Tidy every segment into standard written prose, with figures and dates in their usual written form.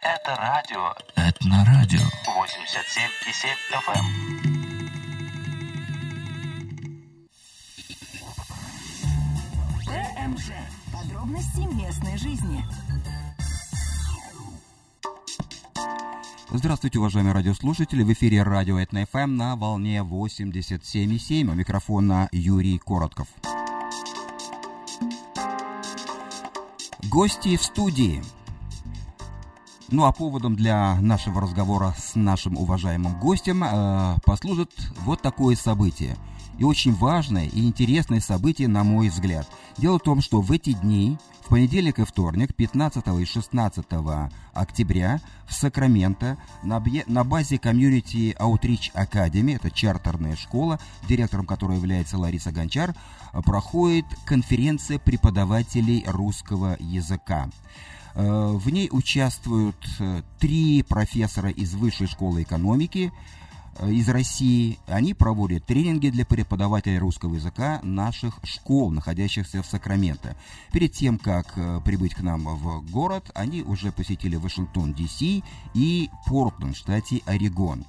Это радио. Это на радио. 87,7 FM. ПМЖ. Подробности местной жизни. Здравствуйте, уважаемые радиослушатели. В эфире радио Этно ФМ на волне 87,7. У микрофона Юрий Коротков. Гости в студии. Ну а поводом для нашего разговора с нашим уважаемым гостем послужит вот такое событие. И очень важное и интересное событие, на мой взгляд. Дело в том, что в эти дни, в понедельник и вторник, 15 и 16 октября, в Сакраменто на базе Community Outreach Academy, это чартерная школа, директором которой является Лариса Гончар, проходит конференция преподавателей русского языка. В ней участвуют 3 профессора из Высшей школы экономики из России. Они проводят тренинги для преподавателей русского языка наших школ, находящихся в Сакраменто. Перед тем, как прибыть к нам в город, они уже посетили Вашингтон, Д.С. и Портленд в штате Орегон.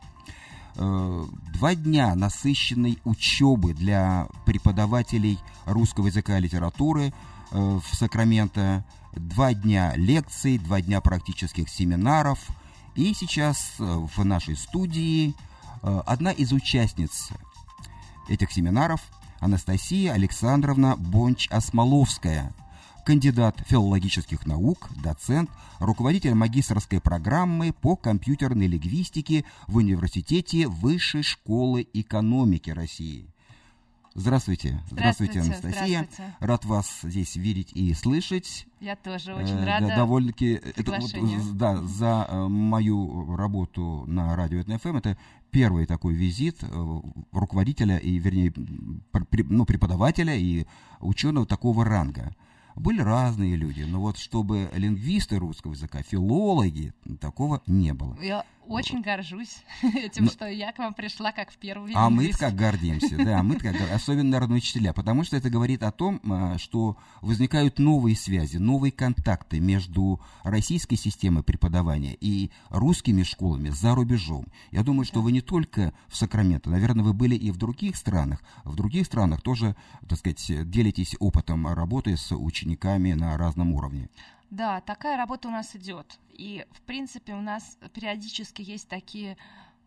2 дня насыщенной учебы для преподавателей русского языка и литературы в Сакраменто, 2 дня лекций, 2 дня практических семинаров. И сейчас в нашей студии одна из участниц этих семинаров, Анастасия Александровна Бонч-Осмоловская, кандидат филологических наук, доцент, руководитель магистерской программы по компьютерной лингвистике в Университете Высшей школы экономики России. Здравствуйте. Здравствуйте, Анастасия. Здравствуйте. Рад вас здесь видеть и слышать. Я тоже очень рада. Довольно-таки приглашению. За мою работу на радио Этно ФМ это первый такой визит руководителя и, вернее, преподавателя и ученого такого ранга. Были разные люди, но вот чтобы лингвисты русского языка, филологи, такого не было. Я очень горжусь этим, что я к вам пришла как в первый лингвист. А мы-то как гордимся, да, особенно, наверное, учителя, потому что это говорит о том, что возникают новые связи, новые контакты между российской системой преподавания и русскими школами за рубежом. Я думаю, что вы не только в Сакраменто, наверное, вы были и в других странах. В других странах тоже, так сказать, делитесь опытом работы с учениками на разном уровне. Да, такая работа у нас идет. И, в принципе, у нас периодически есть такие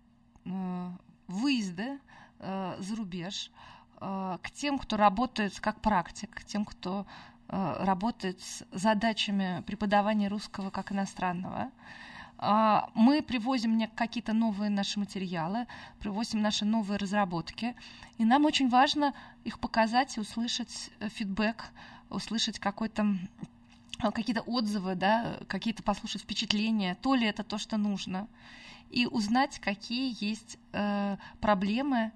выезды за рубеж к тем, кто работает как практик, к тем, кто работает с задачами преподавания русского как иностранного. Мы привозим какие-то новые наши материалы, привозим наши новые разработки, и нам очень важно их показать и услышать фидбэк, услышать какие-то отзывы, да, какие-то послушать впечатления, то ли это то, что нужно, и узнать, какие есть проблемы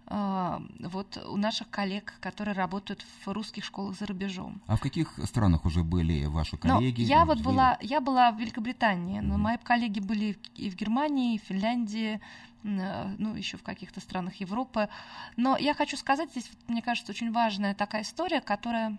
вот у наших коллег, которые работают в русских школах за рубежом. А в каких странах уже были ваши коллеги? Я была в Великобритании, но мои коллеги были и в Германии, и в Финляндии, еще в каких-то странах Европы. Но я хочу сказать, здесь, мне кажется, очень важная такая история, которая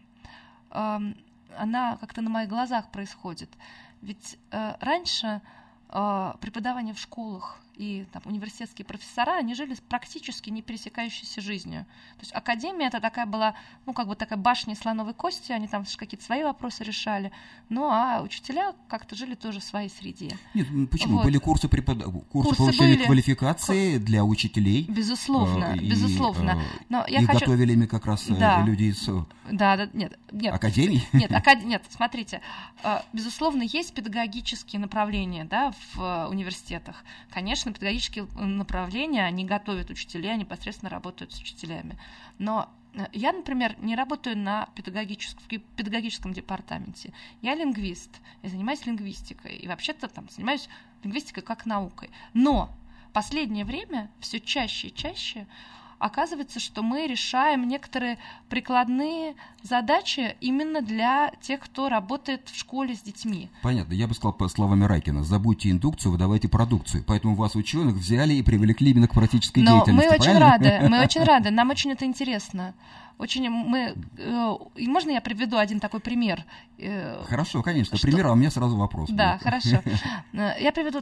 она как-то на моих глазах происходит. Ведь раньше преподавание в школах и университетские профессора, они жили практически не пересекающейся жизнью. То есть академия это такая была, такая башня слоновой кости, они там какие-то свои вопросы решали, а учителя как-то жили тоже в своей среде. Нет, почему? Вот. Были курсы повышения квалификации для учителей. Безусловно, безусловно. Но готовили ими как раз люди из академий? Нет, смотрите, безусловно, есть педагогические направления, да, в университетах. Конечно, педагогические направления, они готовят учителей, они непосредственно работают с учителями. Но я, например, не работаю на педагогическом департаменте. Я лингвист, я занимаюсь лингвистикой, и вообще-то занимаюсь лингвистикой как наукой. Но в последнее время все чаще и чаще оказывается, что мы решаем некоторые прикладные задачи именно для тех, кто работает в школе с детьми. Понятно. Я бы сказал по словами Райкина: забудьте индукцию, выдавайте продукцию. Поэтому вас, ученых, взяли и привлекли именно к практической деятельности. Мы очень рады, нам очень это интересно. очень мы... И можно я приведу один такой пример? Хорошо, конечно. Пример, а у меня сразу вопрос. Да, будет. хорошо. Я приведу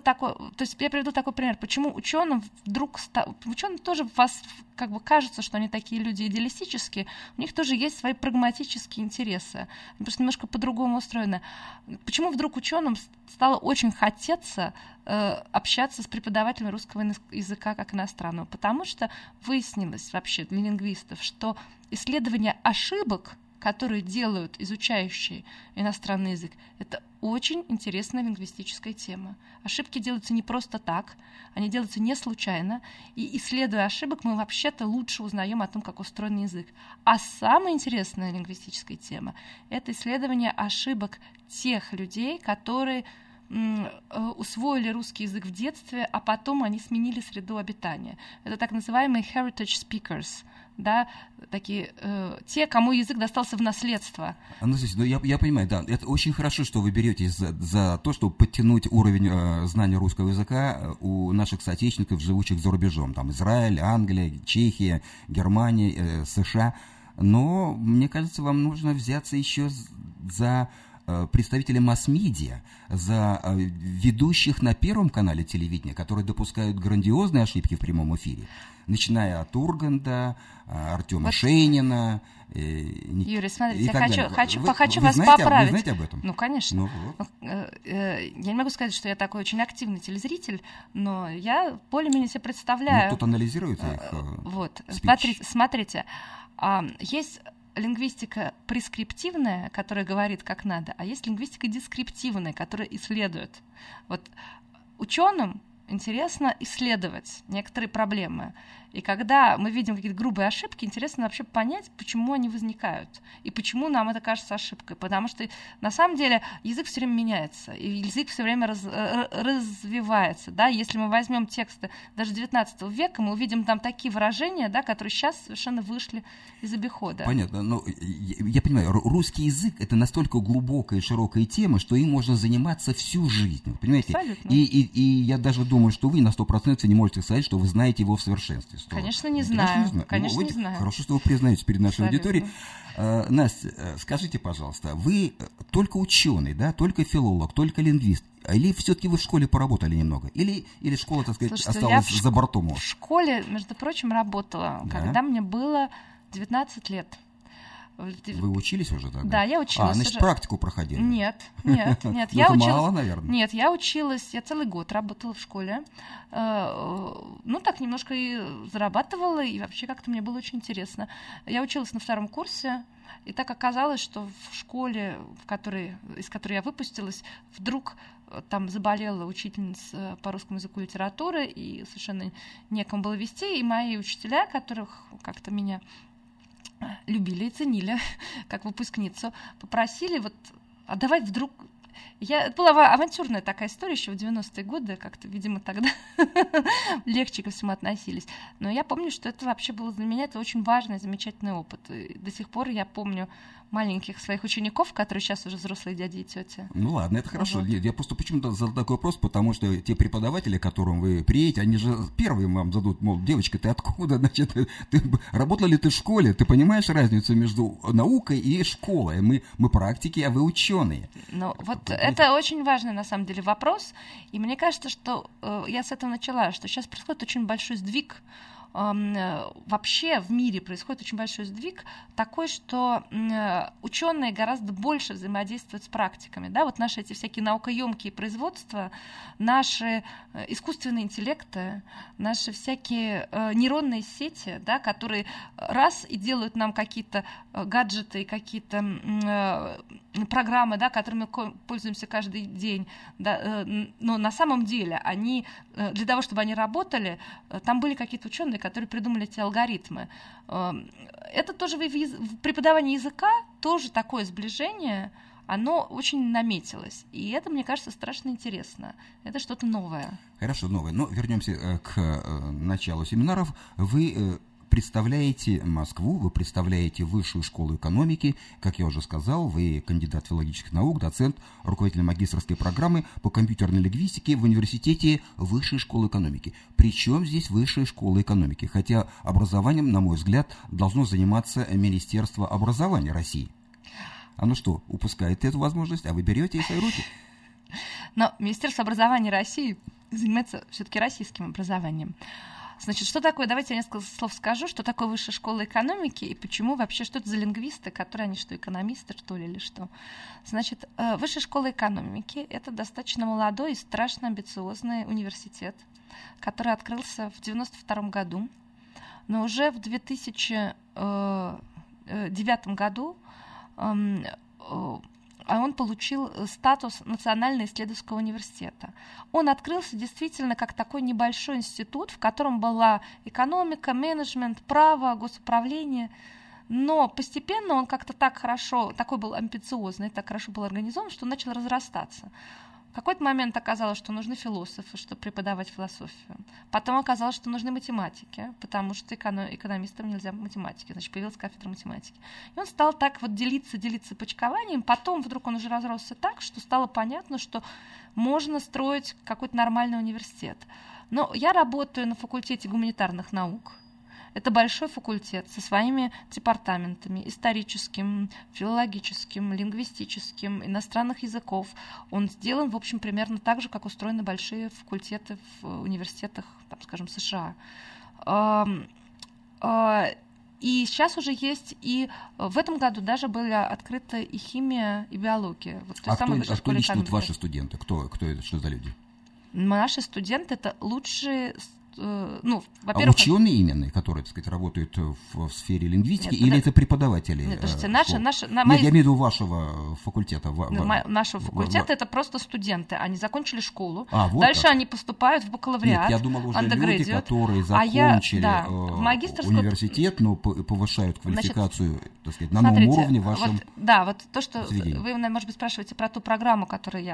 такой пример. Почему ученым вдруг... Ученым тоже как бы кажется, что они такие люди идеалистические, у них тоже есть свои прагматические интересы. Они просто немножко по-другому устроены. Почему вдруг ученым стало очень хотеться общаться с преподавателем русского языка как иностранного? Потому что выяснилось вообще для лингвистов, что исследование ошибок, которые делают изучающие иностранный язык, это очень интересная лингвистическая тема. Ошибки делаются не просто так, они делаются не случайно, и исследуя ошибок, мы вообще-то лучше узнаем о том, как устроен язык. А самая интересная лингвистическая тема — это исследование ошибок тех людей, которые усвоили русский язык в детстве, а потом они сменили среду обитания. Это так называемые heritage speakers, да, такие те, кому язык достался в наследство. Анастасия, я понимаю, да, это очень хорошо, что вы беретесь за то, чтобы подтянуть уровень знания русского языка у наших соотечественников, живущих за рубежом, там Израиль, Англия, Чехия, Германия, США. Но мне кажется, вам нужно взяться еще за представителей масс-медиа, за ведущих на Первом канале телевидения, которые допускают грандиозные ошибки в прямом эфире, начиная от Урганта, Артема Шейнина. Юрий, смотрите, я хочу вы вас знаете, поправить. Вы знаете об этом? Ну, конечно. Ну, вот. Я не могу сказать, что я такой очень активный телезритель, но я более-менее себе представляю. Ну, тут анализируете их Вот, спич. смотрите. Есть лингвистика прескриптивная, которая говорит как надо, а есть лингвистика дескриптивная, которая исследует. Вот ученым интересно исследовать некоторые проблемы. И когда мы видим какие-то грубые ошибки, интересно вообще понять, почему они возникают и почему нам это кажется ошибкой. Потому что на самом деле язык все время меняется, и язык все время развивается. Да? Если мы возьмем тексты даже XIX века, мы увидим там такие выражения, да, которые сейчас совершенно вышли из обихода. Понятно. Но я понимаю, русский язык — это настолько глубокая и широкая тема, что им можно заниматься всю жизнь. Понимаете? Абсолютно. И я даже думаю, что вы на 100% не можете сказать, что вы знаете его в совершенстве. Конечно, не знаю. Конечно, не знаю. Хорошо, что вы признаете перед нашей Абсолютно. аудиторией. Настя, скажите, пожалуйста, вы только ученый, да, только филолог, только лингвист, или все-таки вы в школе поработали немного? Или школа, так сказать, Слушайте, осталась я за бортом? В школе, между прочим, работала, Да. когда мне было 19 лет. Вы учились уже тогда? Да, я училась. Значит, уже. практику проходили? Нет. Я училась. Мало, наверное. Нет, я училась, я целый год работала в школе. Ну, так немножко и зарабатывала, и вообще как-то мне было очень интересно. Я училась на 2-м курсе, и так оказалось, что в школе, из которой я выпустилась, вдруг там заболела учительница по русскому языку и литературы, и совершенно некому было вести, и мои учителя, которых как-то меня любили и ценили как выпускницу, попросили давай вдруг... Это была авантюрная такая история еще в 90-е годы, как-то, видимо, тогда легче ко всему относились. Но я помню, что это вообще было для меня очень важный, замечательный опыт. И до сих пор я помню маленьких своих учеников, которые сейчас уже взрослые дяди и тети. Ну ладно, это хорошо. Вот. Я просто почему-то задал такой вопрос, потому что те преподаватели, к которым вы приедете, они же первые вам зададут, мол, девочка, ты откуда? Значит, работала ли ты в школе? Ты понимаешь разницу между наукой и школой? Мы практики, а вы ученые. Ну, вот это очень важный, на самом деле, вопрос. И мне кажется, что я с этого начала, что сейчас происходит очень большой сдвиг. Вообще в мире происходит очень большой сдвиг такой, что ученые гораздо больше взаимодействуют с практиками. Да? Вот наши эти всякие наукоемкие производства, наши искусственные интеллекты, наши всякие нейронные сети, да, которые раз и делают нам какие-то гаджеты, какие-то программы, да, которыми мы пользуемся каждый день. Да, но на самом деле они, для того, чтобы они работали, там были какие-то ученые, которые придумали эти алгоритмы. Это тоже в преподавании языка тоже такое сближение, оно очень наметилось. И это, мне кажется, страшно интересно. Это что-то новое. Хорошо, новое. Но вернемся к началу семинаров. Вы представляете Москву, вы представляете Высшую школу экономики. Как я уже сказал, вы кандидат филологических наук, доцент, руководитель магистерской программы по компьютерной лингвистике в университете Высшей школы экономики. Причем здесь Высшая школа экономики? Хотя образованием, на мой взгляд, должно заниматься Министерство образования России. Оно что, упускает эту возможность, а вы берете в свои руки? Но Министерство образования России занимается все-таки российским образованием. Значит, что такое, давайте я несколько слов скажу, что такое Высшая школа экономики и почему вообще, что это за лингвисты, которые они что, экономисты, что ли, или что. Значит, Высшая школа экономики – это достаточно молодой и страшно амбициозный университет, который открылся в 1992 году, но уже в 2009 году он получил статус Национально-исследовательского университета. Он открылся действительно как такой небольшой институт, в котором была экономика, менеджмент, право, госуправление. Но постепенно он как-то так хорошо, такой был амбициозный, так хорошо был организован, что он начал разрастаться. В какой-то момент оказалось, что нужны философы, чтобы преподавать философию. Потом оказалось, что нужны математики, потому что экономистам нельзя математики. Значит, появилась кафедра математики. И он стал так вот делиться почкованием. Потом вдруг он уже разросся так, что стало понятно, что можно строить какой-то нормальный университет. Но я работаю на факультете гуманитарных наук. Это большой факультет со своими департаментами: историческим, филологическим, лингвистическим, иностранных языков. Он сделан, в общем, примерно так же, как устроены большие факультеты в университетах, там, скажем, США. И сейчас уже есть, и в этом году даже были открыты и химия, и биология. Вот, кто лично вот ваши студенты? Кто это, что за люди? Наши студенты — это лучшие... во-первых, ученые именно, которые, так сказать, работают в сфере лингвистики, или это преподаватели? Нет, подождите, я имею в виду вашего факультета. Нашего факультета это просто студенты. Они закончили школу, дальше они поступают в бакалавриат. Нет, я думал, уже люди, которые закончили университет, но повышают квалификацию, так сказать, на новом уровне в вашем вот то, что заведении. Вы, может быть, спрашиваете про ту программу,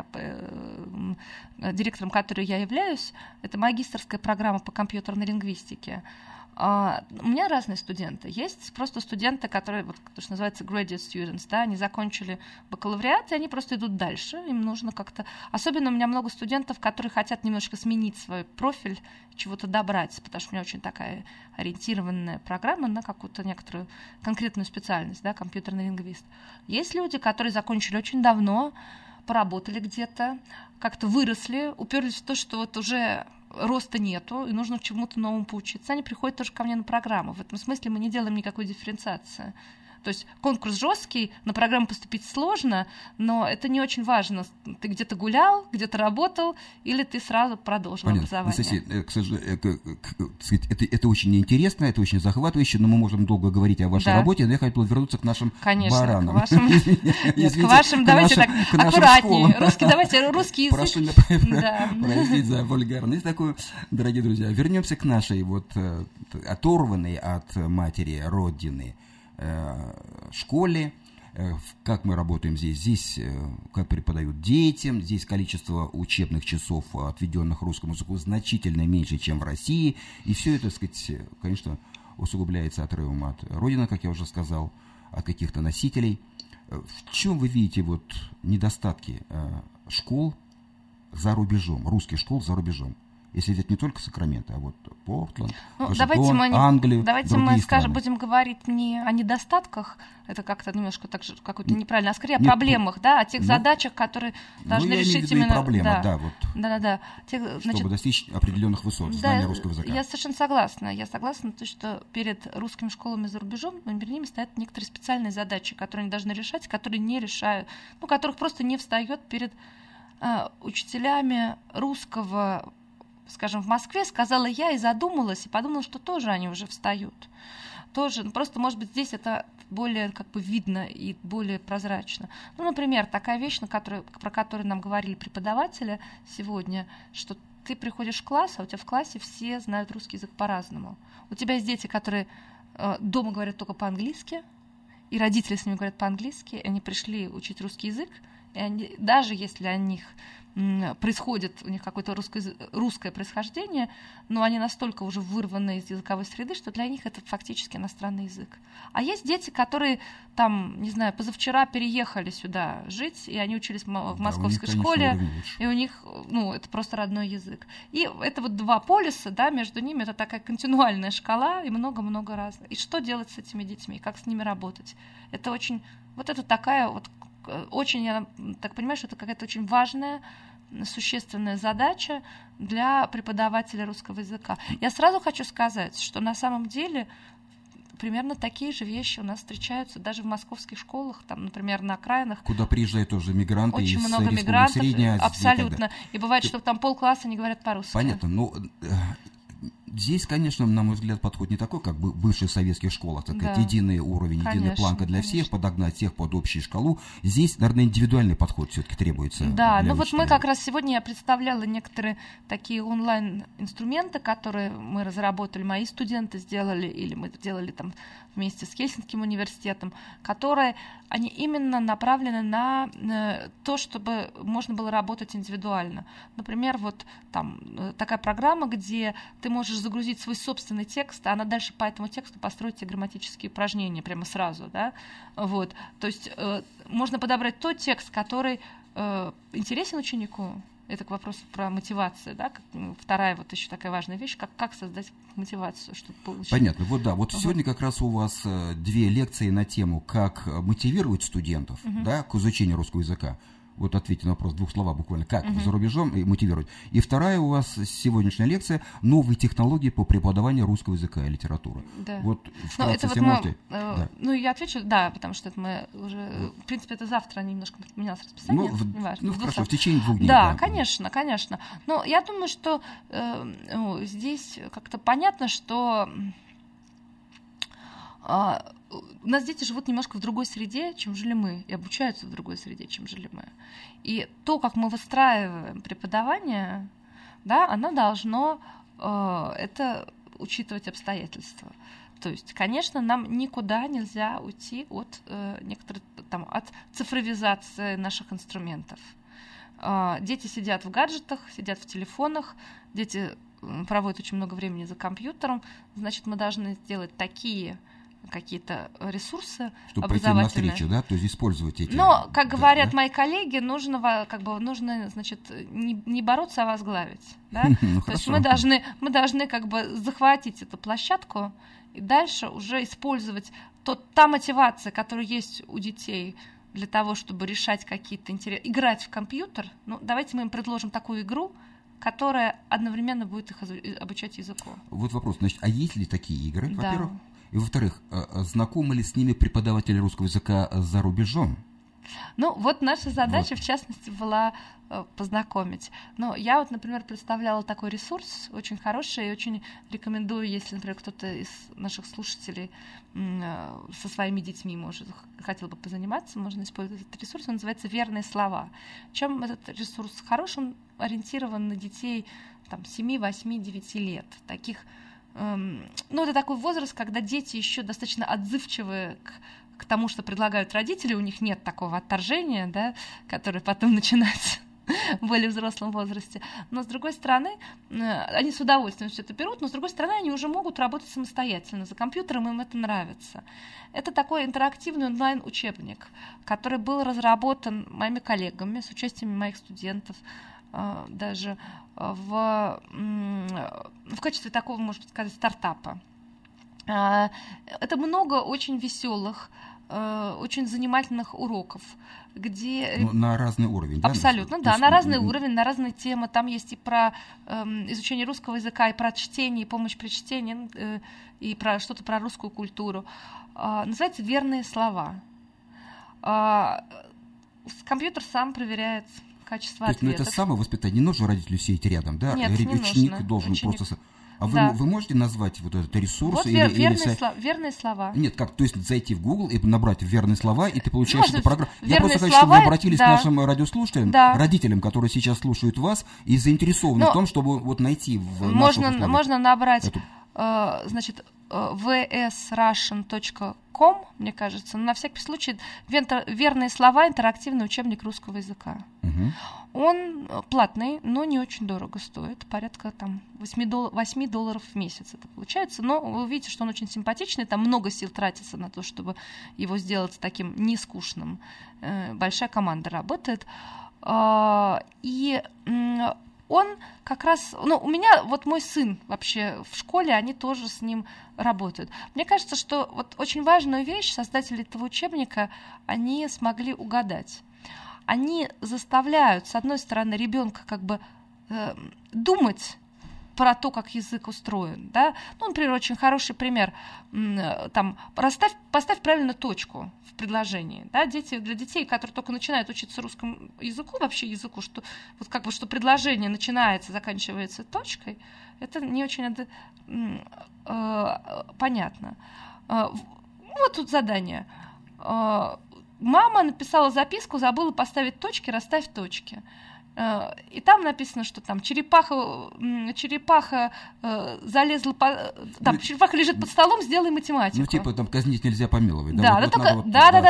директором которой я являюсь, это магистерская программа по компьютерной лингвистике. У меня разные студенты. Есть просто студенты, которые, вот, то, что называется graduate students, да, они закончили бакалавриат, и они просто идут дальше. Им нужно как-то... Особенно у меня много студентов, которые хотят немножко сменить свой профиль, чего-то добрать, потому что у меня очень такая ориентированная программа на какую-то некоторую конкретную специальность, да, компьютерный лингвист. Есть люди, которые закончили очень давно, поработали где-то, как-то выросли, уперлись в то, что вот уже роста нету, и нужно чему-то новому поучиться. Они приходят тоже ко мне на программу. В этом смысле мы не делаем никакой дифференциации. То есть конкурс жесткий, на программу поступить сложно, но это не очень важно. Ты где-то гулял, где-то работал, или ты сразу продолжил образование. Анастасия, к сожалению, это очень интересно, это очень захватывающе, но мы можем долго говорить о вашей работе, но я хотел вернуться к нашим баранам. К вашим, давайте так, аккуратнее. Русский язык. Прошу меня простить за вульгарность такую, дорогие друзья. Вернемся к нашей вот оторванной от матери родины школе, как мы работаем здесь, как преподают детям, здесь количество учебных часов, отведенных русскому языку, значительно меньше, чем в России, и все это, так сказать, конечно, усугубляется отрывом от родины, как я уже сказал, от каких-то носителей. В чем вы видите вот недостатки школ за рубежом, русских школ за рубежом? Если взять не только Сакраменто, а вот Портленд, Вашингтон, Англию, давайте мы будем говорить не о недостатках, это как-то немножко так же какое-то неправильно, а скорее о проблемах, да, о тех задачах, которые должны решить именно... проблемы, чтобы достичь определенных высот знания русского языка. Я совершенно согласна. Я согласна, что перед русскими школами за рубежом перед ними стоят некоторые специальные задачи, которые они должны решать, которые не решают, которых просто не встает перед учителями русского, скажем, в Москве, сказала я и задумалась, и подумала, что тоже они уже встают. Тоже, просто, может быть, здесь это более как бы видно и более прозрачно. Например, такая вещь, про которую нам говорили преподаватели сегодня, что ты приходишь в класс, а у тебя в классе все знают русский язык по-разному. У тебя есть дети, которые дома говорят только по-английски, и родители с ними говорят по-английски, и они пришли учить русский язык, и даже если у них какое-то русское происхождение, но они настолько уже вырваны из языковой среды, что для них это фактически иностранный язык. А есть дети, которые там, не знаю, позавчера переехали сюда жить, и они учились в московской школе, и у них, это просто родной язык. И это вот два полюса, да, между ними это такая континуальная шкала и много-много разных. И что делать с этими детьми, как с ними работать? Это очень, это такая очень, я так понимаю, что это какая-то очень важная, существенная задача для преподавателя русского языка. Я сразу хочу сказать, что на самом деле примерно такие же вещи у нас встречаются даже в московских школах, там, например, на окраинах. Куда приезжают тоже мигранты очень из много мигрантов, Средней Азии. Абсолютно. И бывает, что там полкласса не говорят по-русски. Понятно. Здесь, конечно, на мой взгляд, подход не такой, как в бывших советских школах, так сказать, единый уровень, единая планка для всех, подогнать всех под общую шкалу. Здесь, наверное, индивидуальный подход все-таки требуется. Да, мы как раз сегодня я представляла некоторые такие онлайн-инструменты, которые мы разработали, мои студенты сделали, или мы делали там вместе с Хельсинкским университетом, которые, они именно направлены на то, чтобы можно было работать индивидуально. Например, там такая программа, где ты можешь загрузить свой собственный текст, а она дальше по этому тексту построить тебе грамматические упражнения прямо сразу, да, То есть можно подобрать тот текст, который интересен ученику. Это к вопросу про мотивацию, да, вторая еще такая важная вещь, как создать мотивацию, чтобы получить. Понятно, сегодня как раз у вас 2 лекции на тему, как мотивировать студентов, да, к изучению русского языка. Ответьте на вопрос в 2 словах буквально, как за рубежом мотивировать. И вторая у вас сегодняшняя лекция «Новые технологии по преподаванию русского языка и литературы». Да. Вкратце все можете? Я отвечу, да, потому что это мы уже, в принципе, это завтра немножко поменялось расписание. Хорошо, в течение 2 дней. Да, конечно. Но я думаю, что здесь как-то понятно, что у нас дети живут немножко в другой среде, чем жили мы, и обучаются в другой среде, чем жили мы. И то, как мы выстраиваем преподавание, да, оно должно это учитывать обстоятельства. То есть, конечно, нам никуда нельзя уйти от от цифровизации наших инструментов. Дети сидят в гаджетах, сидят в телефонах, дети проводят очень много времени за компьютером, значит, мы должны сделать такие какие-то ресурсы чтобы образовательные. Чтобы пойти навстречу, да, то есть использовать эти... Но, как говорят мои коллеги, нужно, значит, не бороться, а возглавить. Да? То есть мы должны захватить эту площадку и дальше уже использовать та мотивация, которая есть у детей для того, чтобы решать какие-то интересы, играть в компьютер. Давайте мы им предложим такую игру, которая одновременно будет их обучать языку. Вопрос, значит, а есть ли такие игры, да. Во-первых? И, во-вторых, знакомы ли с ними преподаватели русского языка за рубежом? Наша задача, в частности, была познакомить. Я например, представляла такой ресурс, очень хороший, и очень рекомендую, если, например, кто-то из наших слушателей со своими детьми хотел бы позаниматься, можно использовать этот ресурс, он называется «Верные слова». Чем этот ресурс хорош? Он ориентирован на детей 7, 8, 9 лет, таких. Это такой возраст, когда дети еще достаточно отзывчивы к тому, что предлагают родители, у них нет такого отторжения, да, которое потом начинается в более взрослом возрасте. Но, с другой стороны, они с удовольствием все это берут, но, с другой стороны, они уже могут работать самостоятельно за компьютером, им это нравится. Это такой интерактивный онлайн-учебник, который был разработан моими коллегами с участием моих студентов, даже в качестве такого, можно сказать, стартапа. Это много очень веселых, очень занимательных уроков, где... на разный уровень, да? Абсолютно, да, на разный уровень, на разные темы. Там есть и про изучение русского языка, и про чтение, и помощь при чтении, и про что-то про русскую культуру. Называется «Верные слова». Компьютер сам проверяет качество ответов. То есть, это самовоспитание, не нужно родителю сидеть рядом, да? Нет, Ученик должен просто... А вы можете назвать этот ресурс? Верные слова. Нет, то есть зайти в Google и набрать верные слова, и ты получаешь эту программу. Я просто хочу, чтобы вы обратились к нашим радиослушателям, родителям, которые сейчас слушают вас, и заинтересованы в том, чтобы найти в наших условиях. Можно набрать, значит, vsrussian.com, мне кажется, но на всякий случай верные слова, интерактивный учебник русского языка. Он платный, но не очень дорого стоит, порядка там $8 в месяц это получается, но вы увидите, что он очень симпатичный, там много сил тратится на то, чтобы его сделать таким нескучным. Большая команда работает, и он как раз, у меня вот мой сын вообще в школе, они тоже с ним работают. Мне кажется, что вот очень важную вещь создатели этого учебника, они смогли угадать. Они заставляют, с одной стороны, ребенка как бы думать про то, как язык устроен, да. Например, очень хороший пример, там, поставь правильно точку в предложении, да, для детей, которые только начинают учиться русскому языку, вообще языку, что вот как бы что предложение начинается, заканчивается точкой, это не очень понятно. Вот тут задание. Мама написала записку, забыла поставить точки, расставь точки. И там написано, что там черепаха залезла, черепаха лежит под столом, сделай математику. Там казнить нельзя помиловать. Да, но только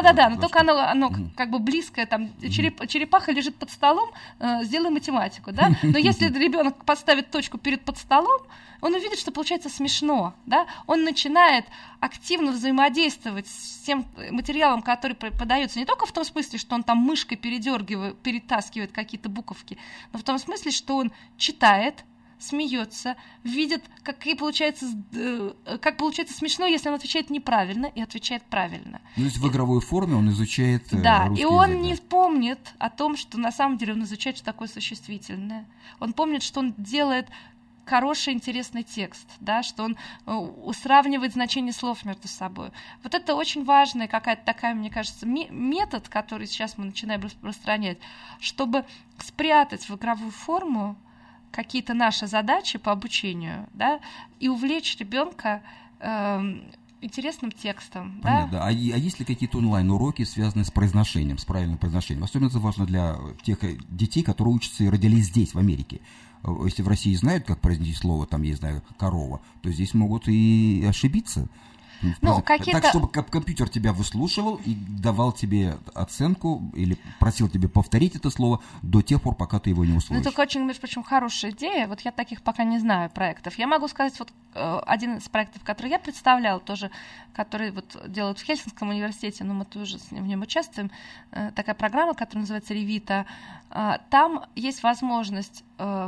оно как бы близкое, там черепаха лежит под столом, сделай математику, да. Но если ребенок поставит точку под столом, он увидит, что получается смешно, да. Он начинает активно взаимодействовать с тем материалом, который подается, не только в том смысле, что он там мышкой перетаскивает какие-то буковки, но в том смысле, что он читает, смеется, видит, как получается смешно, если он отвечает неправильно и отвечает правильно. То есть в игровой форме он изучает русский язык. И он не помнит о том, что на самом деле он изучает, что такое существительное. Он помнит, что он делает хороший, интересный текст, да, что он сравнивает значение слов между собой. Вот это очень важная какая-то такая, мне кажется, метод, который сейчас мы начинаем распространять, чтобы спрятать в игровую форму какие-то наши задачи по обучению, да, и увлечь ребенка интересным текстом. Понятно, да? А есть ли какие-то онлайн-уроки, связанные с произношением, с правильным произношением? Особенно это важно для тех детей, которые учатся и родились здесь, в Америке. Если в России знают, как произнести слово, там, я знаю, корова, то здесь могут и ошибиться. Так, чтобы компьютер тебя выслушивал и давал тебе оценку или просил тебе повторить это слово до тех пор, пока ты его не услышишь. Это очень, между прочим, хорошая идея. Вот я таких пока не знаю проектов. Я могу сказать, вот один из проектов, который я представляла, тоже, который вот делают в Хельсинском университете, но мы тоже в нем участвуем, такая программа, которая называется «Ревита». Там есть возможность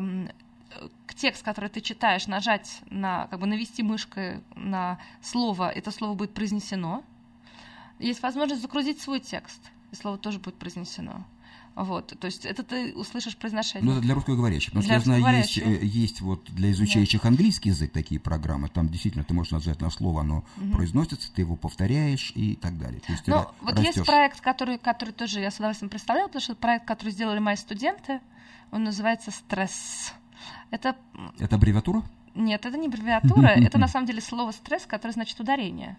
текст, который ты читаешь, нажать навести мышкой на слово, это слово будет произнесено. Есть возможность загрузить свой текст, и слово тоже будет произнесено. Вот, то есть это ты услышишь произношение. Это для русскоговорящих, потому что я знаю, есть вот для изучающих английский язык такие программы, там действительно ты можешь нажать на слово, оно произносится, ты его повторяешь и так далее. То есть вот есть проект, который тоже я с удовольствием представляла, потому что это проект, который сделали мои студенты, он называется «Стресс». Это аббревиатура? Нет, это не аббревиатура, это на самом деле слово «стресс», которое значит ударение.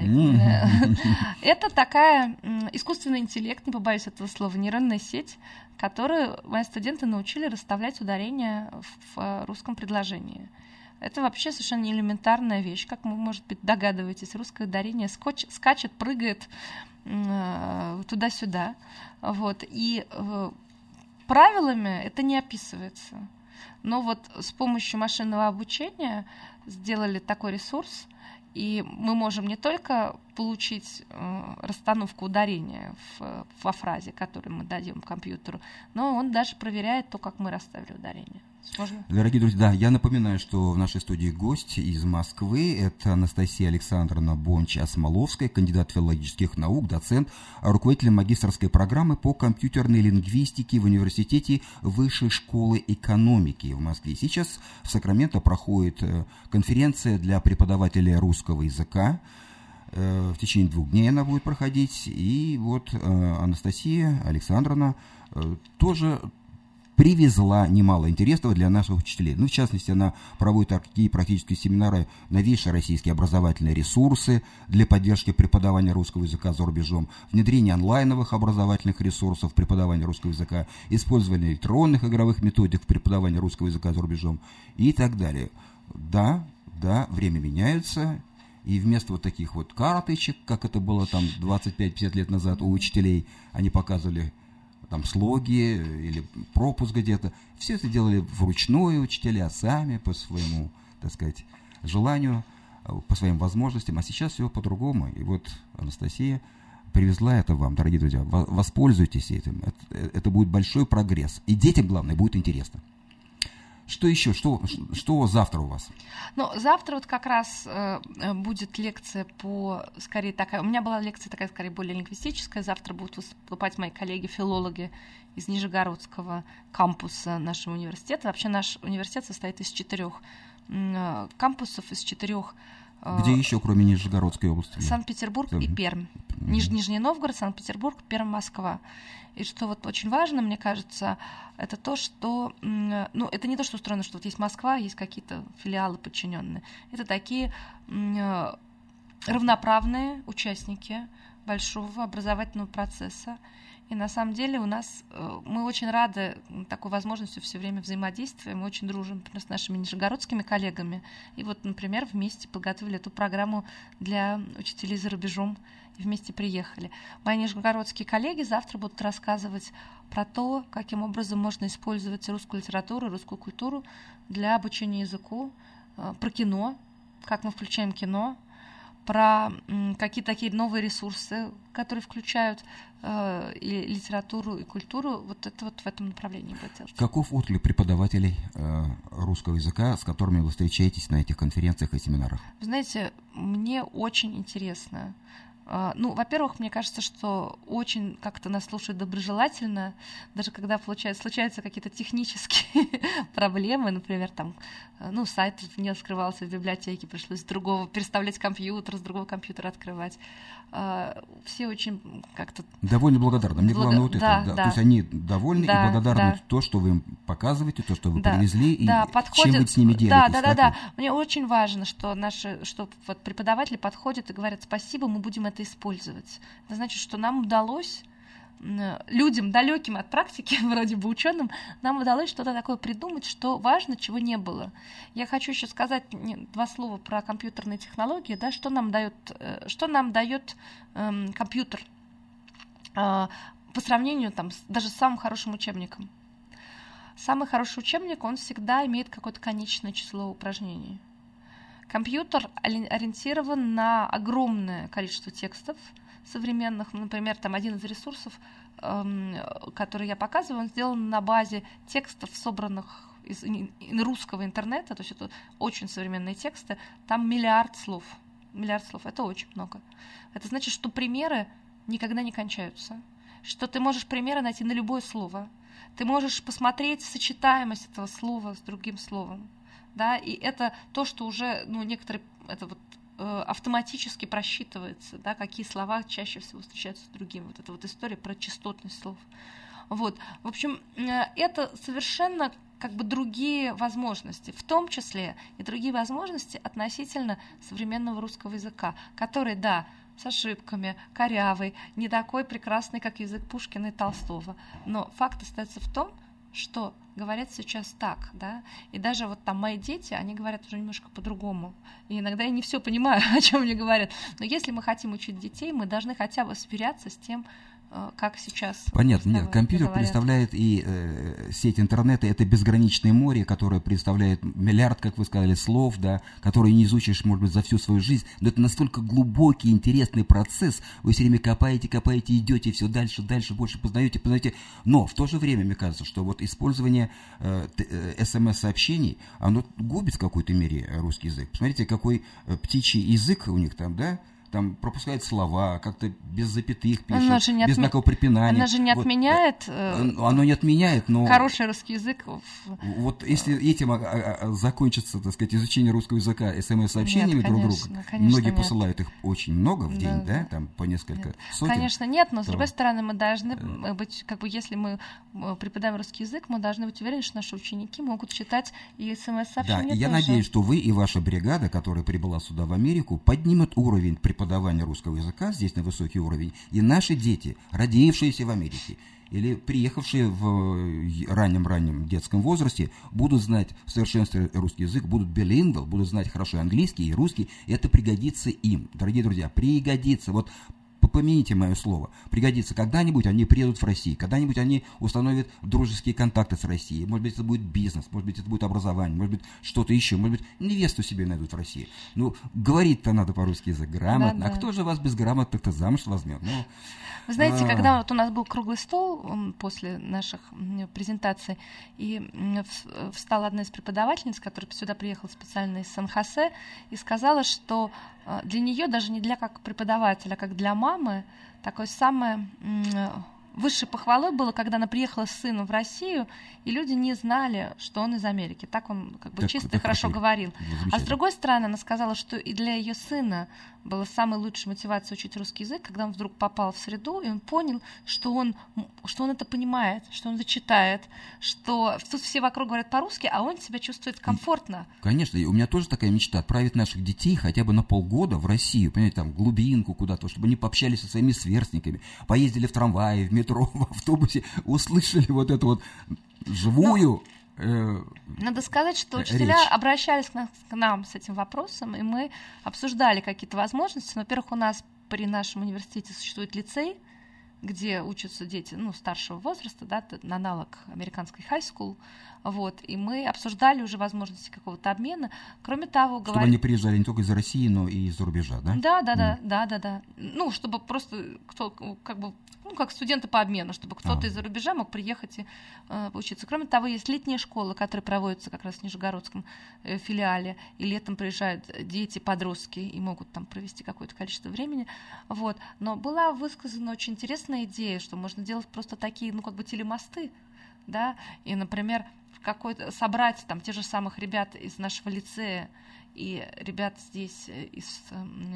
Это такая искусственный интеллект, не побоюсь этого слова, нейронная сеть, которую мои студенты научили расставлять ударения в русском предложении. Это вообще совершенно элементарная вещь, как вы, может быть, догадываетесь. Русское ударение скачет, прыгает туда-сюда. Вот. И правилами это не описывается. Но вот с помощью машинного обучения сделали такой ресурс, и мы можем не только получить расстановку ударения во фразе, которую мы дадим компьютеру, но он даже проверяет то, как мы расставили ударение. Сложно? Дорогие друзья, я напоминаю, что в нашей студии гость из Москвы. Это Анастасия Александровна Бонч-Осмоловская, кандидат филологических наук, доцент, руководитель магистерской программы по компьютерной лингвистике в Университете Высшей школы экономики в Москве. Сейчас в Сакраменто проходит конференция для преподавателей русского языка. В течение 2 дней она будет проходить. И вот Анастасия Александровна тоже привезла немало интересного для наших учителей. В частности, она проводит такие практические семинары, новейшие российские образовательные ресурсы для поддержки преподавания русского языка за рубежом, внедрение онлайновых образовательных ресурсов преподавания русского языка, использование электронных игровых методик в преподавании русского языка за рубежом и так далее. Да, время меняется, И вместо вот таких вот карточек, как это было там 25-50 лет назад у учителей, они показывали там слоги или пропуск где-то. Все это делали вручную учителя, сами по своему, так сказать, желанию, по своим возможностям. А сейчас все по-другому. И вот Анастасия привезла это вам, дорогие друзья. Воспользуйтесь этим. Это будет большой прогресс. И детям, главное, будет интересно. Что еще? Что завтра у вас? Ну, завтра вот как раз будет лекция скорее такая, у меня была лекция такая, скорее, более лингвистическая. Завтра будут выступать мои коллеги-филологи из Нижегородского кампуса нашего университета. Вообще наш университет состоит из 4 кампусов, из 4... Где еще, кроме Нижегородской области? Санкт-Петербург и Пермь. Нижний Новгород, Санкт-Петербург, Пермь, Москва. И что вот очень важно, мне кажется, это то, что... Ну, это не то, что устроено, что вот есть Москва, есть какие-то филиалы подчиненные. Это такие равноправные участники большого образовательного процесса. И на самом деле мы очень рады такой возможности все время взаимодействия, мы очень дружим, например, с нашими нижегородскими коллегами. И вот, например, вместе подготовили эту программу для учителей за рубежом и вместе приехали. Мои нижегородские коллеги завтра будут рассказывать про то, каким образом можно использовать русскую литературу, русскую культуру для обучения языку, про кино, как мы включаем кино, про какие-то такие новые ресурсы, которые включают и литературу, и культуру. Вот это вот в этом направлении будет делать. Каков отклик преподавателей русского языка, с которыми вы встречаетесь на этих конференциях и семинарах? Вы знаете, мне очень интересно. Ну, во-первых, мне кажется, что очень как-то нас слушают доброжелательно, даже когда случаются какие-то технические проблемы, например, там, сайт не открывался в библиотеке, пришлось с другого переставлять компьютер, с другого компьютера открывать. Все очень как-то... Довольно благодарны. Мне главное вот это. Да. То есть они довольны и благодарны то, что вы им показываете, то, что вы привезли, и чем вы с ними делитесь. Да. Мне очень важно, что вот преподаватели подходят и говорят: спасибо, мы будем это использовать. Это значит, что нам удалось, людям, далеким от практики, вроде бы ученым, нам удалось что-то такое придумать, что важно, чего не было. Я хочу еще сказать 2 слова про компьютерные технологии, да, что нам дает компьютер по сравнению даже с самым хорошим учебником. Самый хороший учебник, он всегда имеет какое-то конечное число упражнений. Компьютер ориентирован на огромное количество текстов современных. Например, один из ресурсов, который я показываю, он сделан на базе текстов, собранных из русского интернета, то есть это очень современные тексты, там миллиард слов. Это очень много. Это значит, что примеры никогда не кончаются, что ты можешь примеры найти на любое слово. Ты можешь посмотреть сочетаемость этого слова с другим словом. Да, и это то, что уже некоторые автоматически просчитывается, да, какие слова чаще всего встречаются с другим. Вот эта вот история про частотность слов. Вот. В общем, это совершенно другие возможности, в том числе и другие возможности относительно современного русского языка, который, да, с ошибками, корявый, не такой прекрасный, как язык Пушкина и Толстого. Но факт остается в том, что говорят сейчас так, да, и даже мои дети, они говорят уже немножко по-другому, и иногда я не все понимаю, о чем мне говорят, но если мы хотим учить детей, мы должны хотя бы сверяться с тем, как сейчас. Понятно, нет, компьютер представляет и сеть интернета, это безграничное море, которое представляет миллиард, как вы сказали, слов, да, которые не изучишь, может быть, за всю свою жизнь, но это настолько глубокий, интересный процесс, вы все время копаете, идете все дальше, больше познаете, но в то же время, мне кажется, что вот использование СМС-сообщений, оно губит в какой-то мере русский язык. Посмотрите, какой птичий язык у них там, там пропускает слова, как-то без запятых пишет, без знаков препинания. Она же не отменяет... Оно не отменяет, но... Хороший русский язык. Вот если этим закончится, так сказать, изучение русского языка СМС-сообщениями друг другу, многие посылают их очень много в день, да, там по несколько сотен. Конечно, нет, но с другой стороны мы должны быть, если мы преподаем русский язык, мы должны быть уверены, что наши ученики могут читать и СМС-сообщения. Да, и я надеюсь, что вы и ваша бригада, которая прибыла сюда в Америку, поднимут уровень преподавания преподавания русского языка здесь на высокий уровень, и наши дети, родившиеся в Америке, или приехавшие в раннем детском возрасте, будут знать в совершенстве русский язык, будут билингвал, будут знать хорошо английский и русский, и это пригодится им. Дорогие друзья, пригодится. Вот помяните мое слово, пригодится. Когда-нибудь они приедут в Россию, когда-нибудь они установят дружеские контакты с Россией. Может быть, это будет бизнес, может быть, это будет образование, может быть, что-то еще, может быть, невесту себе найдут в России. Ну, говорить-то надо по-русски язык грамотно. Да. А кто же вас без грамотных-то замуж возьмет? Ну, вы знаете, когда вот у нас был круглый стол после наших презентаций, и встала одна из преподавательниц, которая сюда приехала специально из Сан-Хосе, и сказала, что для нее, даже не для как преподавателя, а как для мамы, такой самое высшей похвалой было, когда она приехала с сыном в Россию, и люди не знали, что он из Америки. Так он как бы так, чисто и хорошо говорил. А с другой стороны, она сказала, что и для ее сына была самой лучшей мотивацией учить русский язык, когда он вдруг попал в среду, и он понял, что он это понимает, что он это читает, что тут все вокруг говорят по-русски, а он себя чувствует комфортно. Конечно, и у меня тоже такая мечта — отправить наших детей хотя бы на полгода в Россию, понимаете, там, глубинку куда-то, чтобы они пообщались со своими сверстниками, поездили в трамвае, в метро, в автобусе, услышали вот эту вот живую... Надо сказать, что учителя обращались к нам с этим вопросом, и мы обсуждали какие-то возможности. Во-первых, у нас при нашем университете существует лицей, где учатся дети старшего возраста, да, аналог американской high school, вот, и мы обсуждали уже возможности какого-то обмена. Кроме того, чтобы они приезжали не только из России, но и из-за рубежа, да? Да. Ну, чтобы просто кто как бы как студенты по обмену, чтобы кто-то из-за рубежа мог приехать и учиться. Кроме того, есть летние школы, которые проводятся как раз в Нижегородском филиале, и летом приезжают дети, подростки, и могут там провести какое-то количество времени. Вот. Но была высказана очень интересная идея, что можно делать просто такие, телемосты, да, и, например, собрать там те же самых ребят из нашего лицея и ребят здесь из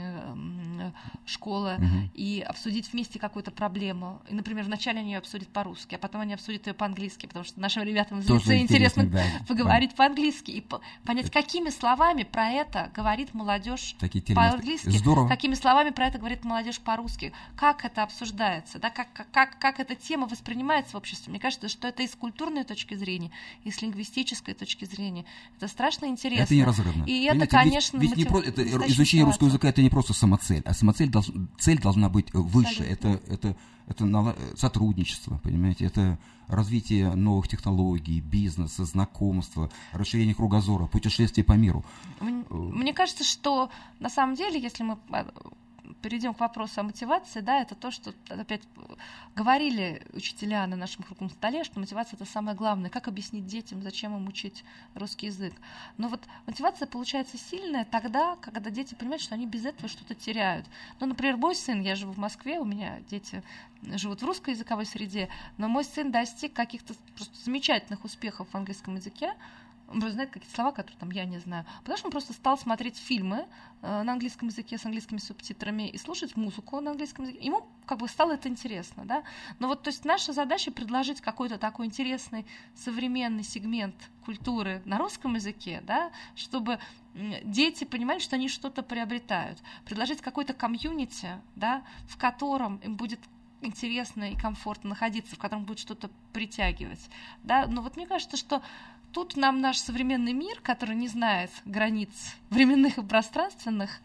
школы, и обсудить вместе какую-то проблему. И, например, вначале они ее обсудят по-русски, а потом они обсудят ее по-английски, потому что нашим ребятам из лицея интересно поговорить по-английски и понять, какими словами про это говорит молодежь по-английски, какими словами про это говорит молодежь по-русски, как это обсуждается, да, как эта тема воспринимается в обществе. Мне кажется, что это и с культурной точки зрения, и с лингвистической точки зрения. Это страшно интересно. Это неразрывно. И это, конечно, изучение русского языка — это не просто самоцель, а цель должна быть выше. Это сотрудничество, понимаете, это развитие новых технологий, бизнеса, знакомства, расширение кругозора, путешествие по миру. Мне кажется, что на самом деле, если мы перейдем к вопросу о мотивации, да, это то, что опять говорили учителя на нашем круглом столе, что мотивация — это самое главное. Как объяснить детям, зачем им учить русский язык? Но вот мотивация получается сильная тогда, когда дети понимают, что они без этого что-то теряют. Ну, например, мой сын, я живу в Москве, у меня дети живут в русскоязыковой среде, но мой сын достиг каких-то просто замечательных успехов в английском языке. Он просто знает какие-то слова, которые там я не знаю. Потому что он просто стал смотреть фильмы на английском языке с английскими субтитрами и слушать музыку на английском языке. Ему как бы стало это интересно, да. Но вот, то есть, наша задача предложить какой-то такой интересный современный сегмент культуры на русском языке, да, чтобы дети понимали, что они что-то приобретают. Предложить какой-то комьюнити, да, в котором им будет интересно и комфортно находиться, в котором будет что-то притягивать, да. Но вот мне кажется, что тут нам наш современный мир, который не знает границ временных и пространственных,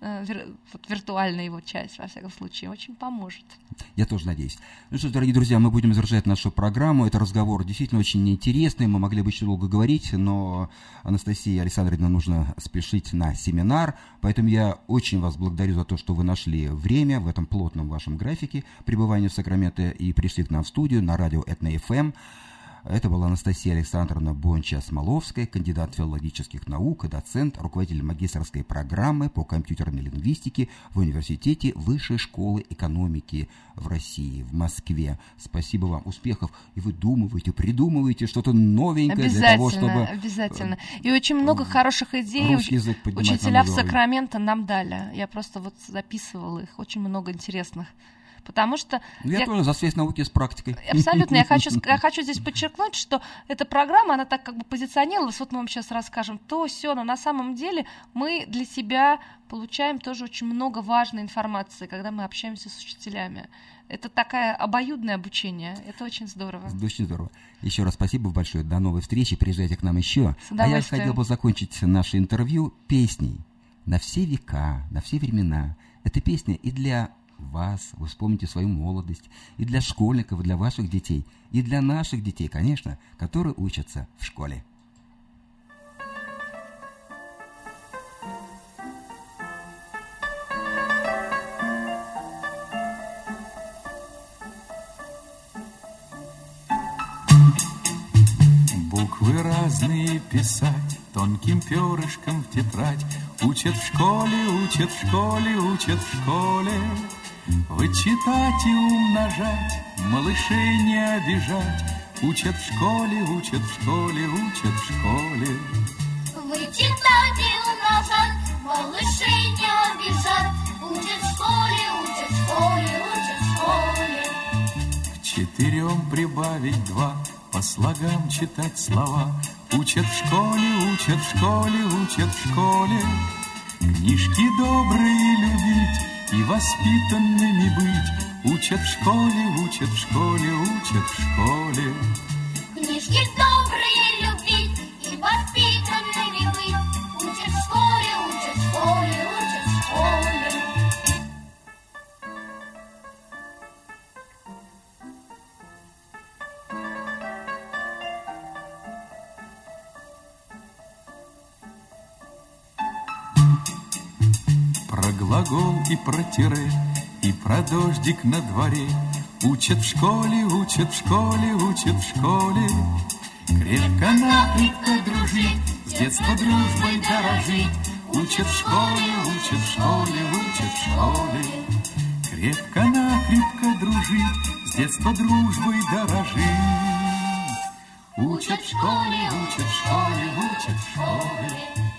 виртуальная его часть, во всяком случае, очень поможет. Я тоже надеюсь. Ну что ж, дорогие друзья, мы будем завершать нашу программу. Это разговор действительно очень интересный. Мы могли бы еще долго говорить, но Анастасии Александровне нужно спешить на семинар. Поэтому я очень вас благодарю за то, что вы нашли время в этом плотном вашем графике пребывания в Сакраменто и пришли к нам в студию на радио Этно-ФМ. Это была Анастасия Александровна Бонча-Смоловская, кандидат филологических наук и доцент, руководитель магистерской программы по компьютерной лингвистике в Университете Высшей школы экономики в России, в Москве. Спасибо вам, успехов. И вы придумываете что-то новенькое для того, чтобы... Обязательно. И очень много хороших идей учителя в Сакраменто нам дали. Я просто вот записывала их. Очень много интересных Потому что... Я тоже за связь науки с практикой. Абсолютно. Я хочу здесь подчеркнуть, что эта программа, она так как бы позиционировалась, вот мы вам сейчас расскажем то, сё, но на самом деле мы для себя получаем тоже очень много важной информации, когда мы общаемся с учителями. Это такое обоюдное обучение. Это очень здорово. Очень здорово. Еще раз спасибо большое. До новой встречи. Приезжайте к нам еще. А я хотел бы закончить наше интервью песней на все века, на все времена. Эта песня и для вас, вы вспомните свою молодость, и для школьников, и для ваших детей, и для наших детей, конечно, которые учатся в школе. Буквы разные писать, тонким перышком в тетрадь. Учат в школе, учат в школе, учат в школе. Вычитать и умножать, малышей не обижать. Учат в школе, учат в школе, учат в школе. Вычитать и умножать, малышей не обижать. Учат в школе, учат в школе, учат в школе. К 4 прибавить 2, по слогам читать слова. Учат в школе, учат в школе, учат в школе. Книжки добрые любить и воспитанными быть. Учат в школе, учат в школе, учат в школе. Книжки добрые любить и воспитанными быть. Учат в школе, учат в школе, учат в школе. Про глагол и про тире, и про дождик на дворе. Учат в школе, учат в школе, учат в школе. Крепко-накрепко дружить, с детства дружбой дорожить. Учат в школе, учат в школе, учат в школе. Крепко-накрепко дружить, с детства дружбой дорожить. Учат в школе, учат в школе, учат в школе.